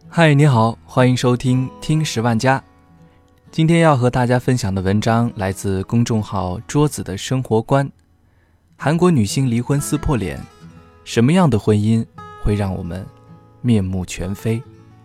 嗨，你好，欢迎收听听10万加。今天要和大家分享的文章来自公众号桌子的生活观。韩国女星离婚撕破脸，什么样的婚姻会让我们面目全非？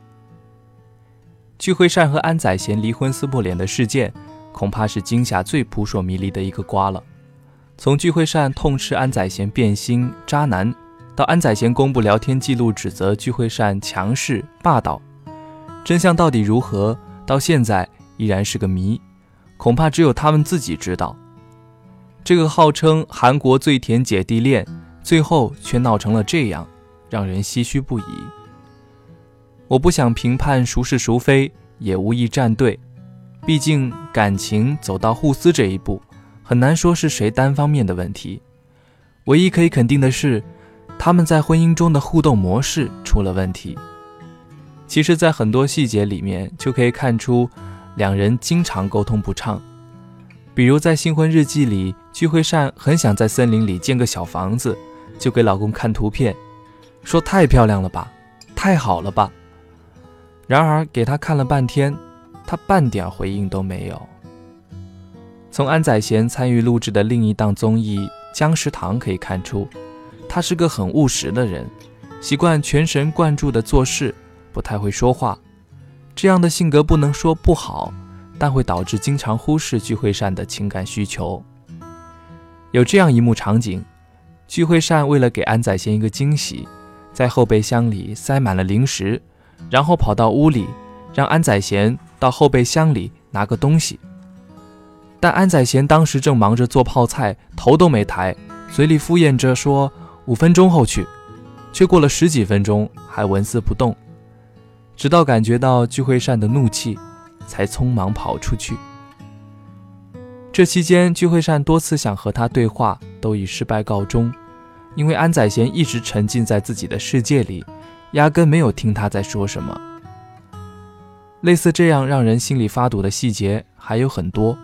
具惠善和安宰贤离婚撕破脸的事件，恐怕是今夏最扑朔迷离的一个瓜了。从具惠善痛斥安宰贤变心渣男，到安宰贤公布聊天记录指责具惠善强势霸道，真相到底如何，到现在依然是个谜，恐怕只有他们自己知道。这个号称韩国最甜姐弟恋，最后却闹成了这样，让人唏嘘不已。我不想评判孰是孰非，也无意站队，毕竟感情走到互撕这一步，很难说是谁单方面的问题。唯一可以肯定的是，他们在婚姻中的互动模式出了问题。其实在很多细节里面就可以看出两人经常沟通不畅。比如在新婚日记里，具惠善很想在森林里建个小房子，就给老公看图片，说太漂亮了吧，太好了吧。然而给他看了半天，他半点回应都没有。从安宰贤参与录制的另一档综艺《姜食堂》可以看出，他是个很务实的人，习惯全神贯注地做事，不太会说话。这样的性格不能说不好，但会导致经常忽视具惠善的情感需求。有这样一幕场景，具惠善为了给安宰贤一个惊喜，在后备箱里塞满了零食，然后跑到屋里，让安宰贤到后备箱里拿个东西。但安宰贤当时正忙着做泡菜，头都没抬，嘴里敷衍着说5分钟后去，却过了10几分钟还纹丝不动，直到感觉到具惠善的怒气，才匆忙跑出去。这期间具惠善多次想和他对话，都以失败告终，因为安宰贤一直沉浸在自己的世界里，压根没有听他在说什么。类似这样让人心里发堵的细节还有很多。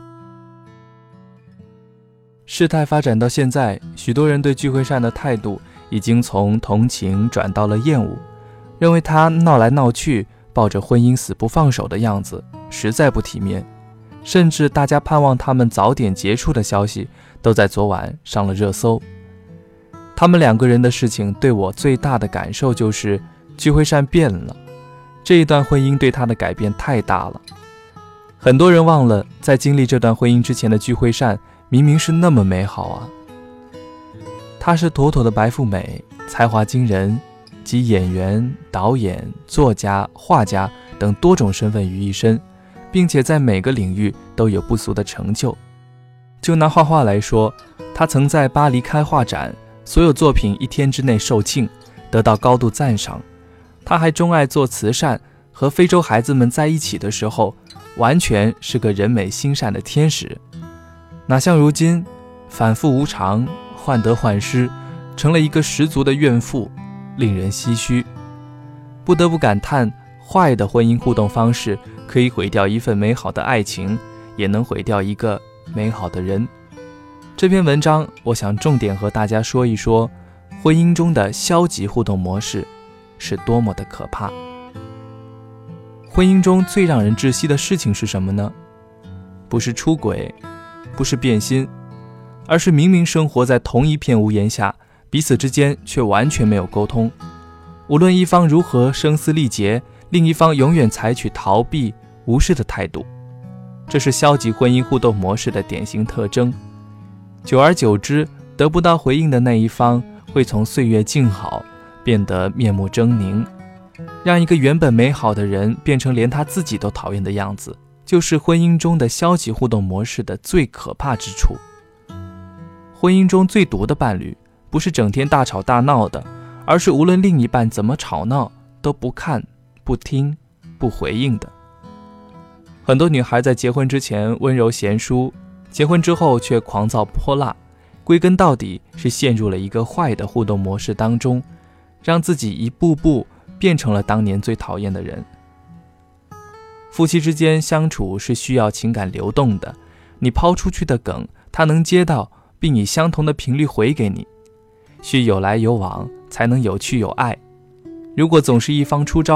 事态发展到现在，许多人对具惠善的态度已经从同情转到了厌恶，认为他闹来闹去，抱着婚姻死不放手的样子实在不体面，甚至大家盼望他们早点结束的消息都在昨晚上了热搜。他们2个人的事情对我最大的感受就是具惠善变了，这一段婚姻对他的改变太大了。很多人忘了，在经历这段婚姻之前的具惠善明明是那么美好啊。她是妥妥的白富美，才华惊人，集演员、导演、作家、画家等多种身份于一身，并且在每个领域都有不俗的成就。就拿画画来说，她曾在巴黎开画展，所有作品1天之内售罄，得到高度赞赏。她还钟爱做慈善，和非洲孩子们在一起的时候，完全是个人美心善的天使。哪像如今反复无常，患得患失，成了一个十足的怨妇，令人唏嘘。不得不感叹，坏的婚姻互动方式可以毁掉一份美好的爱情，也能毁掉一个美好的人。这篇文章我想重点和大家说一说，婚姻中的消极互动模式是多么的可怕。婚姻中最让人窒息的事情是什么呢？不是出轨，不是变心，而是明明生活在同一片屋檐下，彼此之间却完全没有沟通。无论一方如何声嘶力竭，另一方永远采取逃避、无视的态度。这是消极婚姻互动模式的典型特征。久而久之，得不到回应的那一方会从岁月静好变得面目狰狞，让一个原本美好的人变成连他自己都讨厌的样子，就是婚姻中的消极互动模式的最可怕之处。婚姻中最毒的伴侣，不是整天大吵大闹的，而是无论另一半怎么吵闹，都不看、不听、不回应的。很多女孩在结婚之前温柔贤淑，结婚之后却狂躁泼辣，归根到底是陷入了一个坏的互动模式当中，让自己一步步变成了当年最讨厌的人。夫妻之间相处是需要情感流动的，你抛出去的梗，他能接到，并以相同的频率回给你，需有来有往，才能有趣有爱。如果总是一方出招，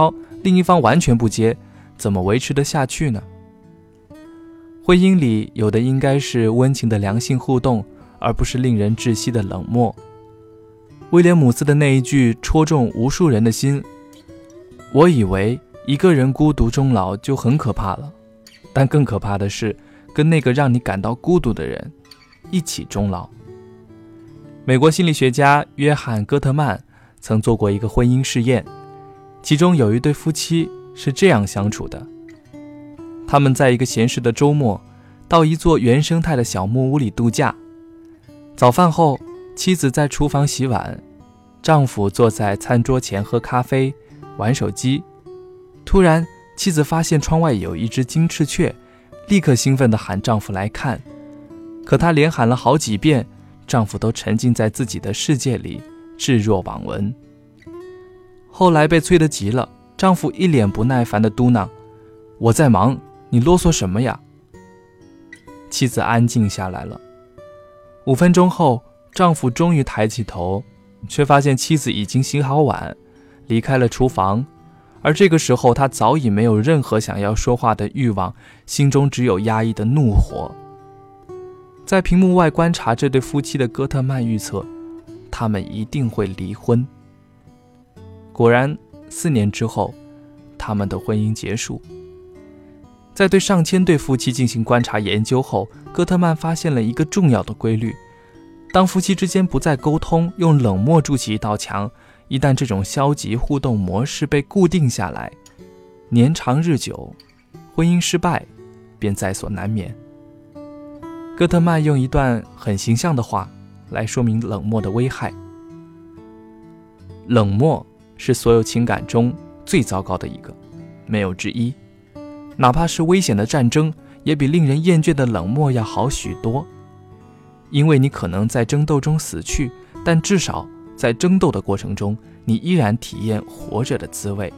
另一方完全不接，怎么维持得下去呢？婚姻里有的应该是温情的良性互动，而不是令人窒息的冷漠。威廉姆斯的那一句戳中无数人的心，我以为一个人孤独终老就很可怕了，但更可怕的是跟那个让你感到孤独的人一起终老。美国心理学家约翰·戈特曼曾做过一个婚姻试验，其中有一对夫妻是这样相处的。他们在一个闲适的周末，到一座原生态的小木屋里度假。早饭后，妻子在厨房洗碗，丈夫坐在餐桌前喝咖啡、玩手机。突然，妻子发现窗外有一只金翅雀，立刻兴奋地喊丈夫来看。可她连喊了好几遍，丈夫都沉浸在自己的世界里，置若罔闻。后来被催得急了，丈夫一脸不耐烦地嘟囔：“我在忙，你啰嗦什么呀？”妻子安静下来了。5分钟后，丈夫终于抬起头，却发现妻子已经洗好碗，离开了厨房。而这个时候，他早已没有任何想要说话的欲望，心中只有压抑的怒火。在屏幕外观察这对夫妻的戈特曼预测，他们一定会离婚。果然，4年之后，他们的婚姻结束。在对上千对夫妻进行观察研究后，戈特曼发现了一个重要的规律：当夫妻之间不再沟通，用冷漠筑起一道墙，一旦这种消极互动模式被固定下来，年长日久，婚姻失败便在所难免。戈特曼用一段很形象的话来说明冷漠的危害：冷漠是所有情感中最糟糕的一个，没有之一。哪怕是危险的战争，也比令人厌倦的冷漠要好许多。因为你可能在争斗中死去，但至少在争斗的过程中，你依然体验活着的滋味。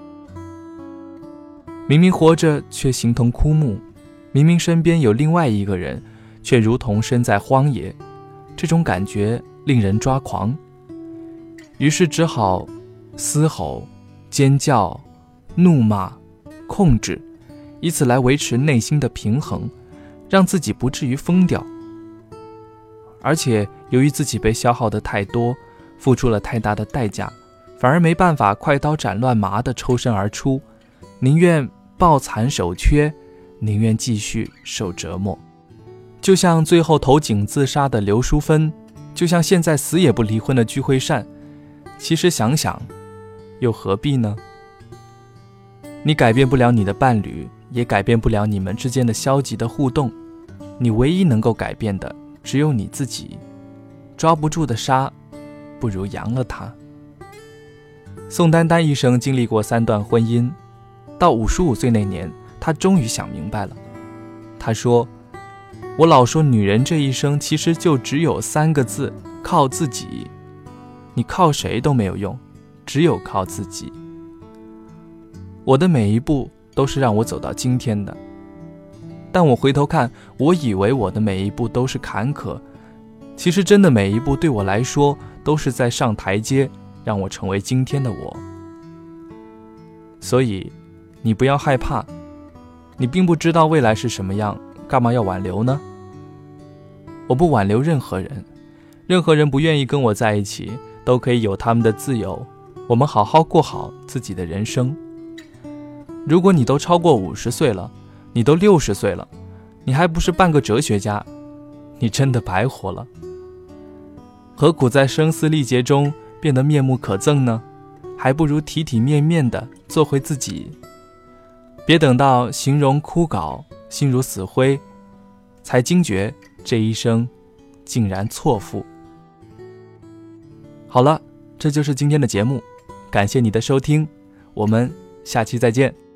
明明活着，却形同枯木；明明身边有另外一个人，却如同身在荒野。这种感觉令人抓狂。于是只好嘶吼、尖叫、怒骂、控制，以此来维持内心的平衡，让自己不至于疯掉。而且由于自己被消耗的太多，付出了太大的代价，反而没办法快刀斩乱麻地抽身而出，宁愿抱残守缺，宁愿继续受折磨。就像最后投井自杀的刘淑芬，就像现在死也不离婚的具惠善，其实想想又何必呢？你改变不了你的伴侣，也改变不了你们之间的消极的互动，你唯一能够改变的只有你自己。抓不住的沙，不如扬了它。宋丹丹一生经历过3段婚姻，到55岁那年，她终于想明白了。她说：“我老说女人这一生其实就只有3个字，靠自己。你靠谁都没有用，只有靠自己。我的每一步都是让我走到今天的，但我回头看，我以为我的每一步都是坎坷，其实真的每一步对我来说都是在上台阶，让我成为今天的我。所以你不要害怕，你并不知道未来是什么样，干嘛要挽留呢？我不挽留任何人，任何人不愿意跟我在一起，都可以有他们的自由，我们好好过好自己的人生。如果你都超过50岁了，你都60岁了，你还不是半个哲学家，你真的白活了。何苦在声嘶力竭中变得面目可憎呢？还不如体体面面地做回自己。别等到形容枯槁，心如死灰，才惊觉这一生竟然错付。好了，这就是今天的节目，感谢你的收听，我们下期再见。